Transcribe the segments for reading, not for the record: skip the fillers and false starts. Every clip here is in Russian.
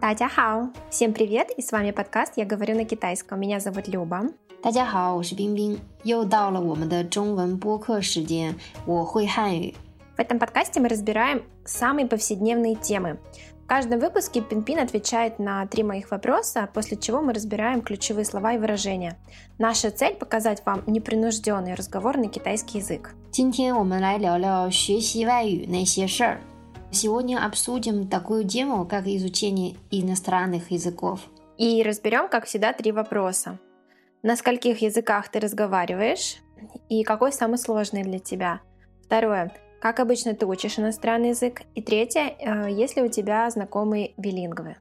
大家好, всем привет, и с вами подкаст «Я говорю на китайском». Меня зовут Люба. 大家好，我是冰冰，又到了我们的中文播客时间，我会汉语。 В этом подкасте мы разбираем самые повседневные темы. В каждом выпуске Пин-Пин отвечает на 3 моих вопроса, после чего мы разбираем ключевые слова и выражения. Наша цель – показать вам непринужденный разговорный китайский язык. 今天我们来聊聊学习外语那些事儿。Сегодня обсудим такую тему, как изучение иностранных языков. И разберем, как всегда, 3 вопроса. На скольких языках ты разговариваешь? И какой самый сложный для тебя? Второе. Как обычно ты учишь иностранный язык? И третье. Есть ли у тебя знакомые билингвы?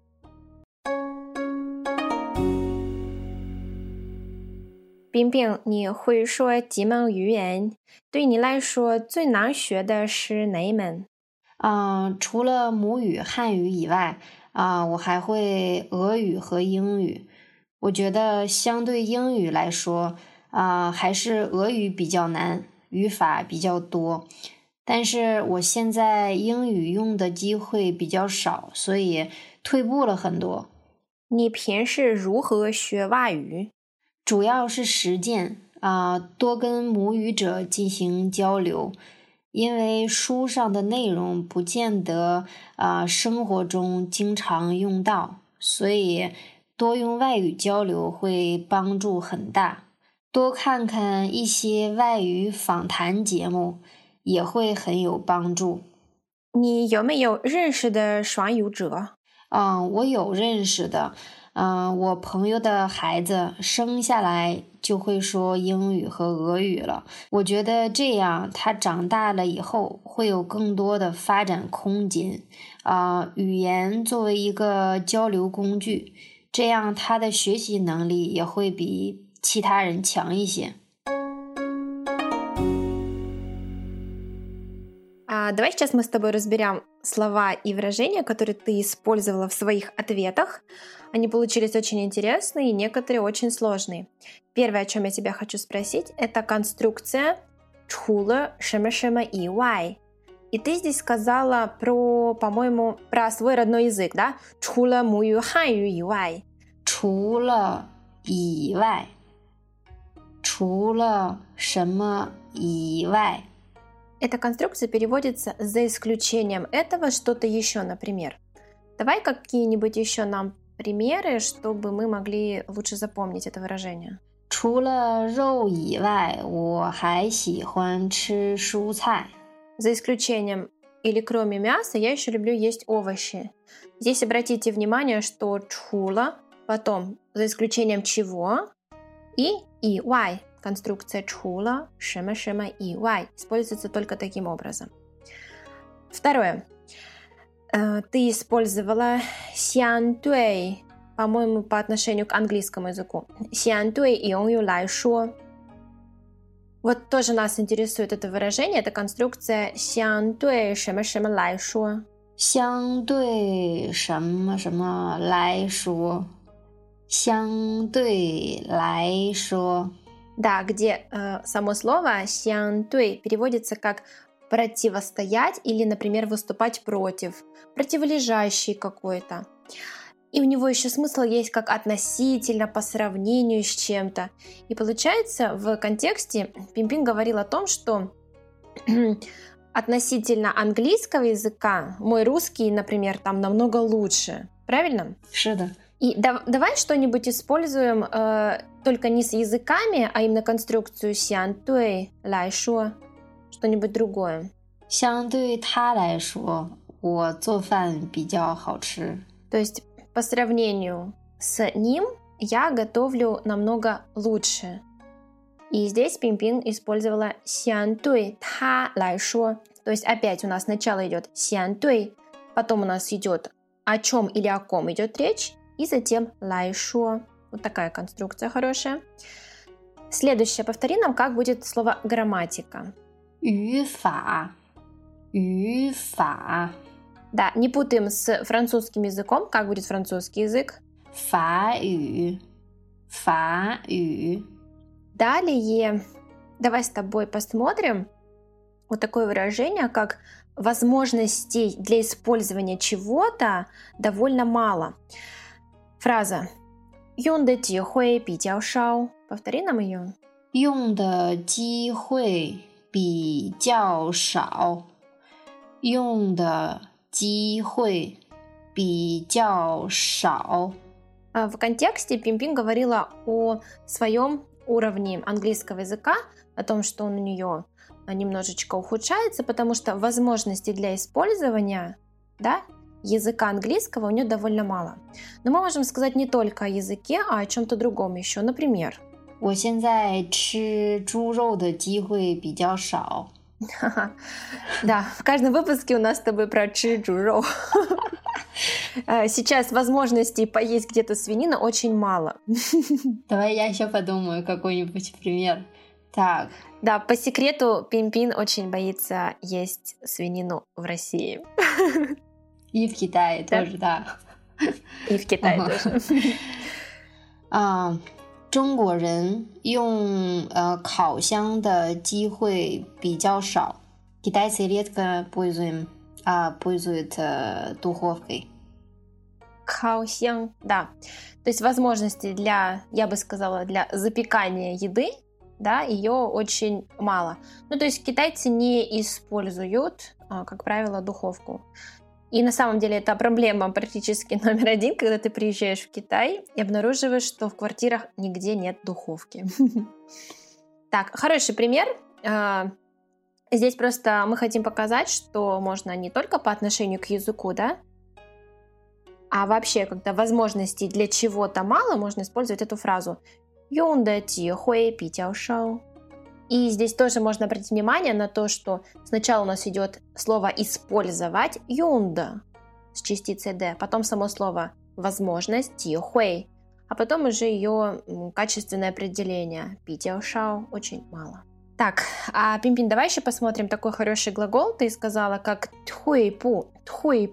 Пин-Пин, 你会说几门语言？对你来说最难学的是哪一门？ 除了母语汉语以外，我还会俄语和英语。我觉得相对英语来说，还是俄语比较难，语法比较多。但是我现在英语用的机会比较少，所以退步了很多。 你平时如何学外语？ 主要是实践，多跟母语者进行交流。因为书上的内容不见得生活中经常用到，所以多用外语交流会帮助很大。多看看一些外语访谈节目也会很有帮助。 你有没有认识的双语者？ 我有认识的。我朋友的孩子生下来就会说英语和俄语了。我觉得这样他长大了以后会有更多的发展空间。语言作为一个交流工具，这样他的学习能力也会比其他人强一些。 Давай сейчас мы с тобой разберем слова и выражения, которые ты использовала в своих ответах. Они получились очень интересные и некоторые очень сложные. Первое, о чем я тебя хочу спросить, это конструкция 除了什么什么以外. И ты здесь сказала по-моему, про свой родной язык, да? 除了母语汉语以外。 除了以外，除了什么以外。 Эта конструкция переводится «за исключением этого что-то еще», например. Давай какие-нибудь еще нам примеры, чтобы мы могли лучше запомнить это выражение. 除了肉以外，我还喜欢吃蔬菜。 За исключением или кроме мяса я еще люблю есть овощи. Здесь обратите внимание, что 除了, потом за исключением чего и 以外. Конструкция 除了什么什么以外 используется только таким образом. Второе. Ты использовала 相对, по-моему, по отношению к английскому языку. 相对英语来说. Вот тоже нас интересует это выражение, это конструкция 相对什么什么来说. 相对什么什么来说。相对来说。 Да, где само слово 相对 переводится как противостоять или, например, выступать против, противолежащий какой-то. И у него еще смысл есть как относительно, по сравнению с чем-то. И получается, в контексте Пин-Пин говорил о том, что относительно английского языка мой русский, например, там намного лучше. Правильно? 是的。 И давай что-нибудь используем только не с языками, а именно конструкцию 相对来说, что-нибудь другое. 相对他来说，我做饭比较好吃。 То есть по сравнению с ним я готовлю намного лучше. И здесь Пин-Пин использовала 相对他来说. То есть опять у нас сначала идет 相对, потом у нас идет о чем или о ком идет речь, и затем 来说. Вот такая конструкция хорошая. Следующее. Повтори нам, как будет слово грамматика. 语法。语法。 Да, не путаем с французским языком. Как будет французский язык? 法语。法语。 Далее давай с тобой посмотрим, вот такое выражение, как возможностей для использования чего-то довольно мало. Фраза 用的机会比较少. Повтори нам ее. 用的机会比较少，用的机会比较少。 В контексте Пимпин говорила о своем уровне английского языка, о том, что он у нее немножечко ухудшается, потому что возможностей для использования, да, языка английского у нее довольно мало. Но мы можем сказать не только о языке, а о чем-то другом еще. Например, 我现在吃猪肉的机会比较少。 Да, в каждом выпуске у нас с тобой про чжуру. Сейчас возможностей поесть где-то свинину очень мало. Давай я еще подумаю какой-нибудь пример. Так. Да, по секрету Пимпин очень боится есть свинину в России. И в Китае тоже, да. И в Китае тоже. 中国人用烤箱的机会比较少. Китайцы редко пользуют духовкой. 烤箱, да. То есть возможности для, я бы сказала, для запекания еды, да, ее очень мало. Ну, то есть китайцы не используют, как правило, духовку. И на самом деле это проблема практически номер один, когда ты приезжаешь в Китай и обнаруживаешь, что в квартирах нигде нет духовки. Так, хороший пример. Здесь просто мы хотим показать, что можно не только по отношению к языку, да, а вообще, когда возможностей для чего-то мало, можно использовать эту фразу 用的机会比较少. И здесь тоже можно обратить внимание на то, что сначала у нас идет слово «использовать» 用的 с частицей «д», потом само слово «возможность» 机会, а потом уже ее качественное определение 比较少, очень мало. Так, а Пимпин, давай еще посмотрим такой хороший глагол. Ты сказала как 退步. 退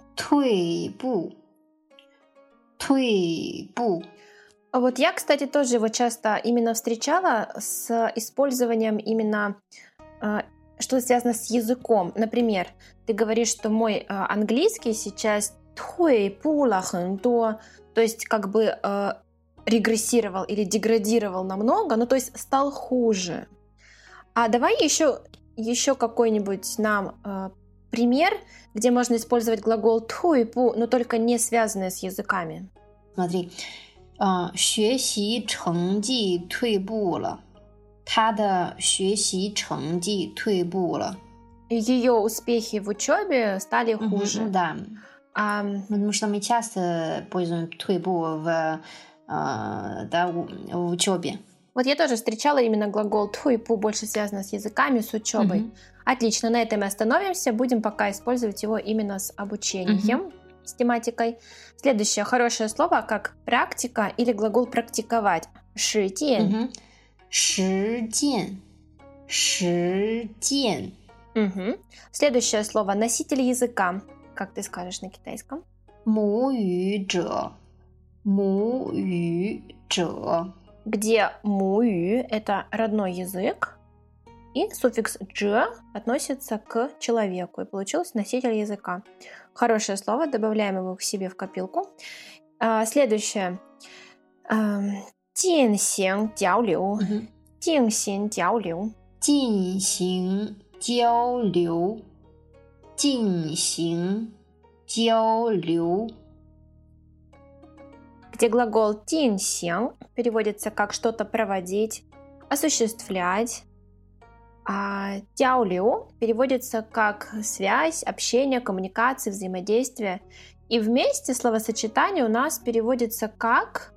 步. Вот я, кстати, тоже его часто именно встречала с использованием именно, что связано с языком. Например, ты говоришь, что мой английский сейчас 退步了很多, то есть как бы регрессировал или деградировал намного, ну то есть стал хуже. А давай еще какой-нибудь нам пример, где можно использовать глагол 退步, но только не связанный с языками. Смотри. 学习成绩退步了. 他的学习成绩退步了. Ее успехи в учебе стали хуже. Да. Потому что мы часто пользуем 退步в учебе. Вот я тоже встречала именно глагол 退步, больше связано с языками, с учебой. Отлично, на этом мы остановимся. Будем пока использовать его именно с обучением. С тематикой. Следующее хорошее слово как практика или глагол практиковать. 实践. 实践. Следующее слово носитель языка. Как ты скажешь на китайском? 母语者. Где 母语это родной язык, и суффикс «ж» относится к человеку, и получился носитель языка. Хорошее слово, добавляем его к себе в копилку. Следующее. 进行交流. 进行交流. 进行交流. 进行交流. Где глагол 进行 переводится как что-то проводить, осуществлять. А 交流 переводится как связь, общение, коммуникация, взаимодействие. И вместе словосочетание у нас переводится как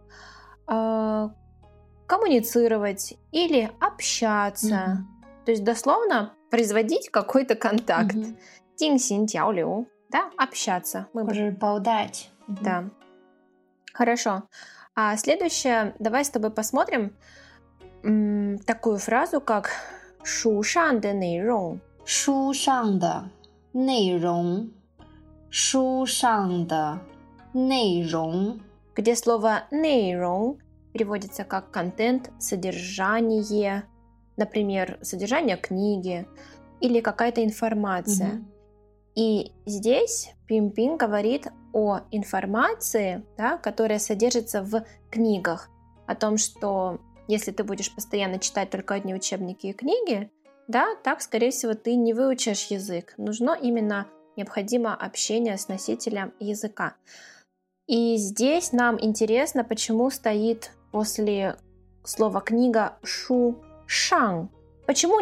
коммуницировать или общаться. То есть дословно производить какой-то контакт. 进行交流, да, общаться. Может, болтать. Да. Хорошо. А следующее, давай с тобой посмотрим такую фразу, как 书上的内容. 书上的内容. 书上的内容. Где слово 内容 переводится как контент, содержание, например, содержание книги. или какая-то информация. И здесь Пимпин говорит о информации, да, которая содержится в книгах, о том, что если ты будешь постоянно читать только одни учебники и книги, да, так, скорее всего, ты не выучишь язык. Необходимо общение с носителем языка. И здесь нам интересно, почему стоит после слова книга шу шан. Почему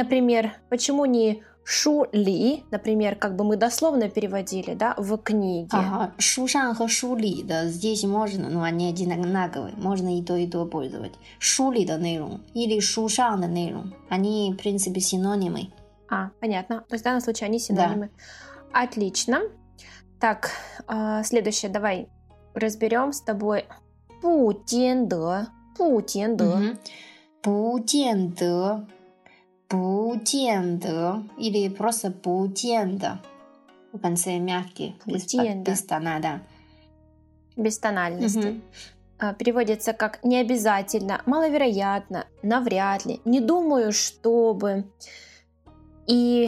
не шу ли, например, как бы мы дословно переводили, да, в книге. Ага, шу шан和шу ли的 здесь можно, но они одинаковые, можно и то пользовать. Шу ли的内容 или шу шан的内容, они, в принципе, синонимы. Понятно. То есть в данном случае они синонимы. Да. Отлично. Так, следующее, давай разберем с тобой. 不见得. 不见得. 不见得. 不见得 или просто 不见得. В конце мягкий, без тона, да. Без тональности. Переводится как не обязательно, маловероятно, навряд ли, не думаю, чтобы. И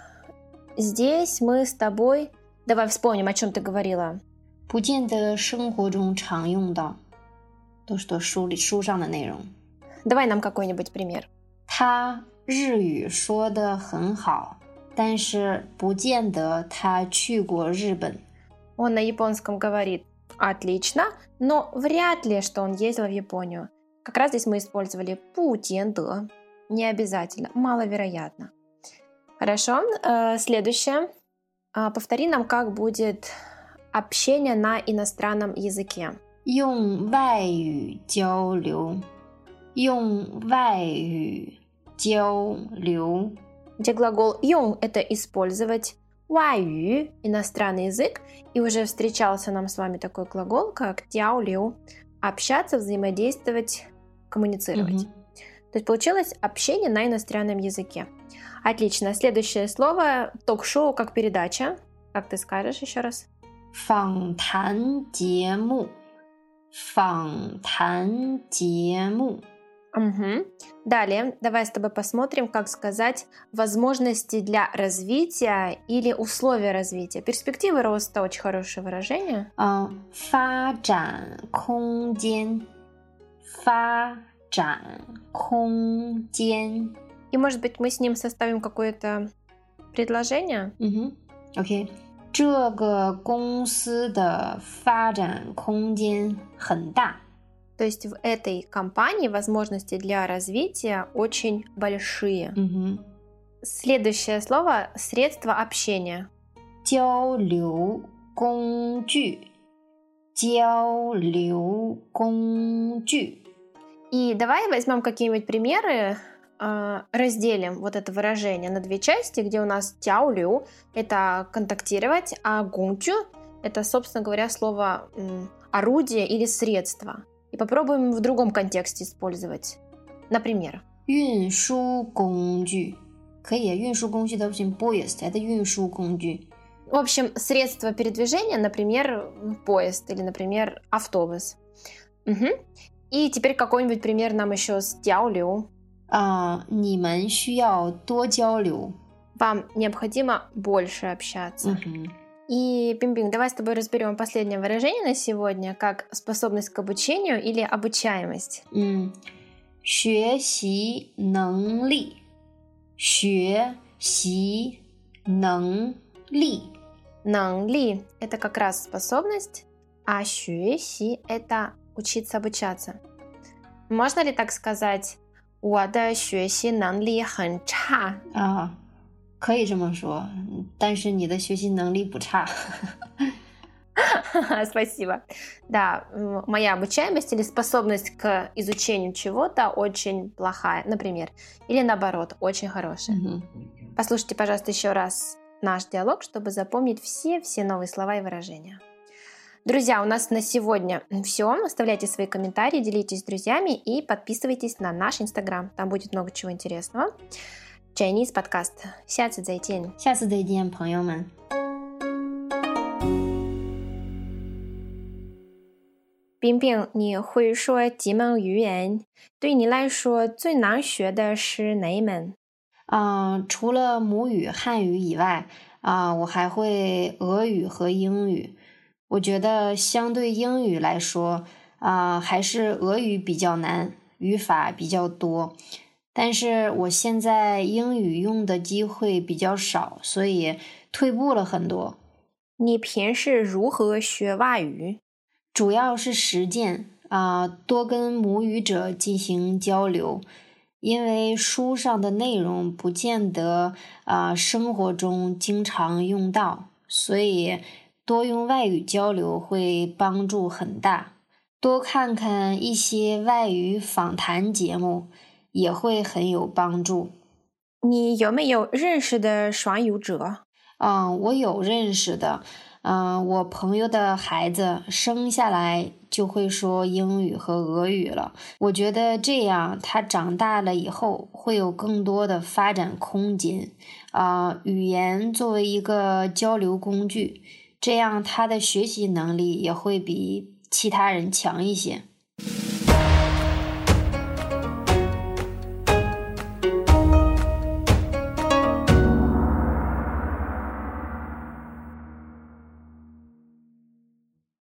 здесь мы с тобой... Давай вспомним, о чем ты говорила. 不见得生活中常用到 то, что书上的内容. Давай нам какой-нибудь пример. 他日语说得很好，但是不见得他去过日本. Он на японском говорит отлично, но вряд ли, что он ездил в Японию. Как раз здесь мы использовали 不见得, не обязательно, маловероятно. Хорошо, следующее. Повтори нам, как будет общение на иностранном языке. 用外语交流，用外语交流。 Где глагол 用 – это использовать, 外语– иностранный язык, и уже встречался нам с вами такой глагол, как 交流, общаться, взаимодействовать, коммуницировать. То есть получилось общение на иностранном языке. Отлично. Следующее слово – ток-шоу как передача. Как ты скажешь еще раз? 访谈节目，访谈节目。 Далее, давай с тобой посмотрим, как сказать возможности для развития или условия развития. Перспективы роста – очень хорошее выражение. 发展空间，发展空间。 И, может быть, мы с ним составим какое-то предложение? OK. 这个公司的发展空间很大。 То есть в этой компании возможности для развития очень большие. Следующее слово – средство общения. 交流工具，交流工具。 И давай возьмем какие-нибудь примеры, разделим вот это выражение на две части, где у нас 交流– это контактировать, а 工具– это, собственно говоря, слово орудие или средство. И попробуем в другом контексте использовать. Например. 运输工具可以，运输工具допустим поезд это 运输工具。 В общем, средство передвижения, например, поезд или, например, автобус. И теперь какой-нибудь пример нам еще с 交流. 你们需要多交流。 Вам необходимо больше общаться. И, Пимпин, давай с тобой разберем последнее выражение на сегодня, как способность к обучению или обучаемость. 学习能力，学习能力。 能力– это как раз способность, а 学习– это учиться обучаться. Можно ли так сказать? 我的学习能力很差。 可以这么说，但是你的学习能力不差。 Спасибо. Да, моя обучаемость или способность к изучению чего-то очень плохая, например. Или наоборот, очень хорошая. Послушайте, пожалуйста, еще раз наш диалог, чтобы запомнить все новые слова и выражения. Друзья, у нас на сегодня все. Оставляйте свои комментарии, делитесь с друзьями и подписывайтесь на наш Инстаграм. Там будет много чего интересного. Chinese Podcast. 下次再见。 下次再见，朋友们。 冰冰，你会说几门语言？对你来说最难学的是哪一门？ 除了母语汉语以外，我还会俄语和英语。我觉得相对英语来说，还是俄语比较难，语法比较多。但是我现在英语用的机会比较少，所以退步了很多。 你平时如何学外语？ 主要是实践，多跟母语者进行交流。因为书上的内容不见得生活中经常用到，所以多用外语交流会帮助很大。多看看一些外语访谈节目也会很有帮助。 你有没有认识的双语者？ 我有认识的，我朋友的孩子生下来就会说英语和俄语了。我觉得这样，他长大了以后会有更多的发展空间。语言作为一个交流工具，这样他的学习能力也会比其他人强一些。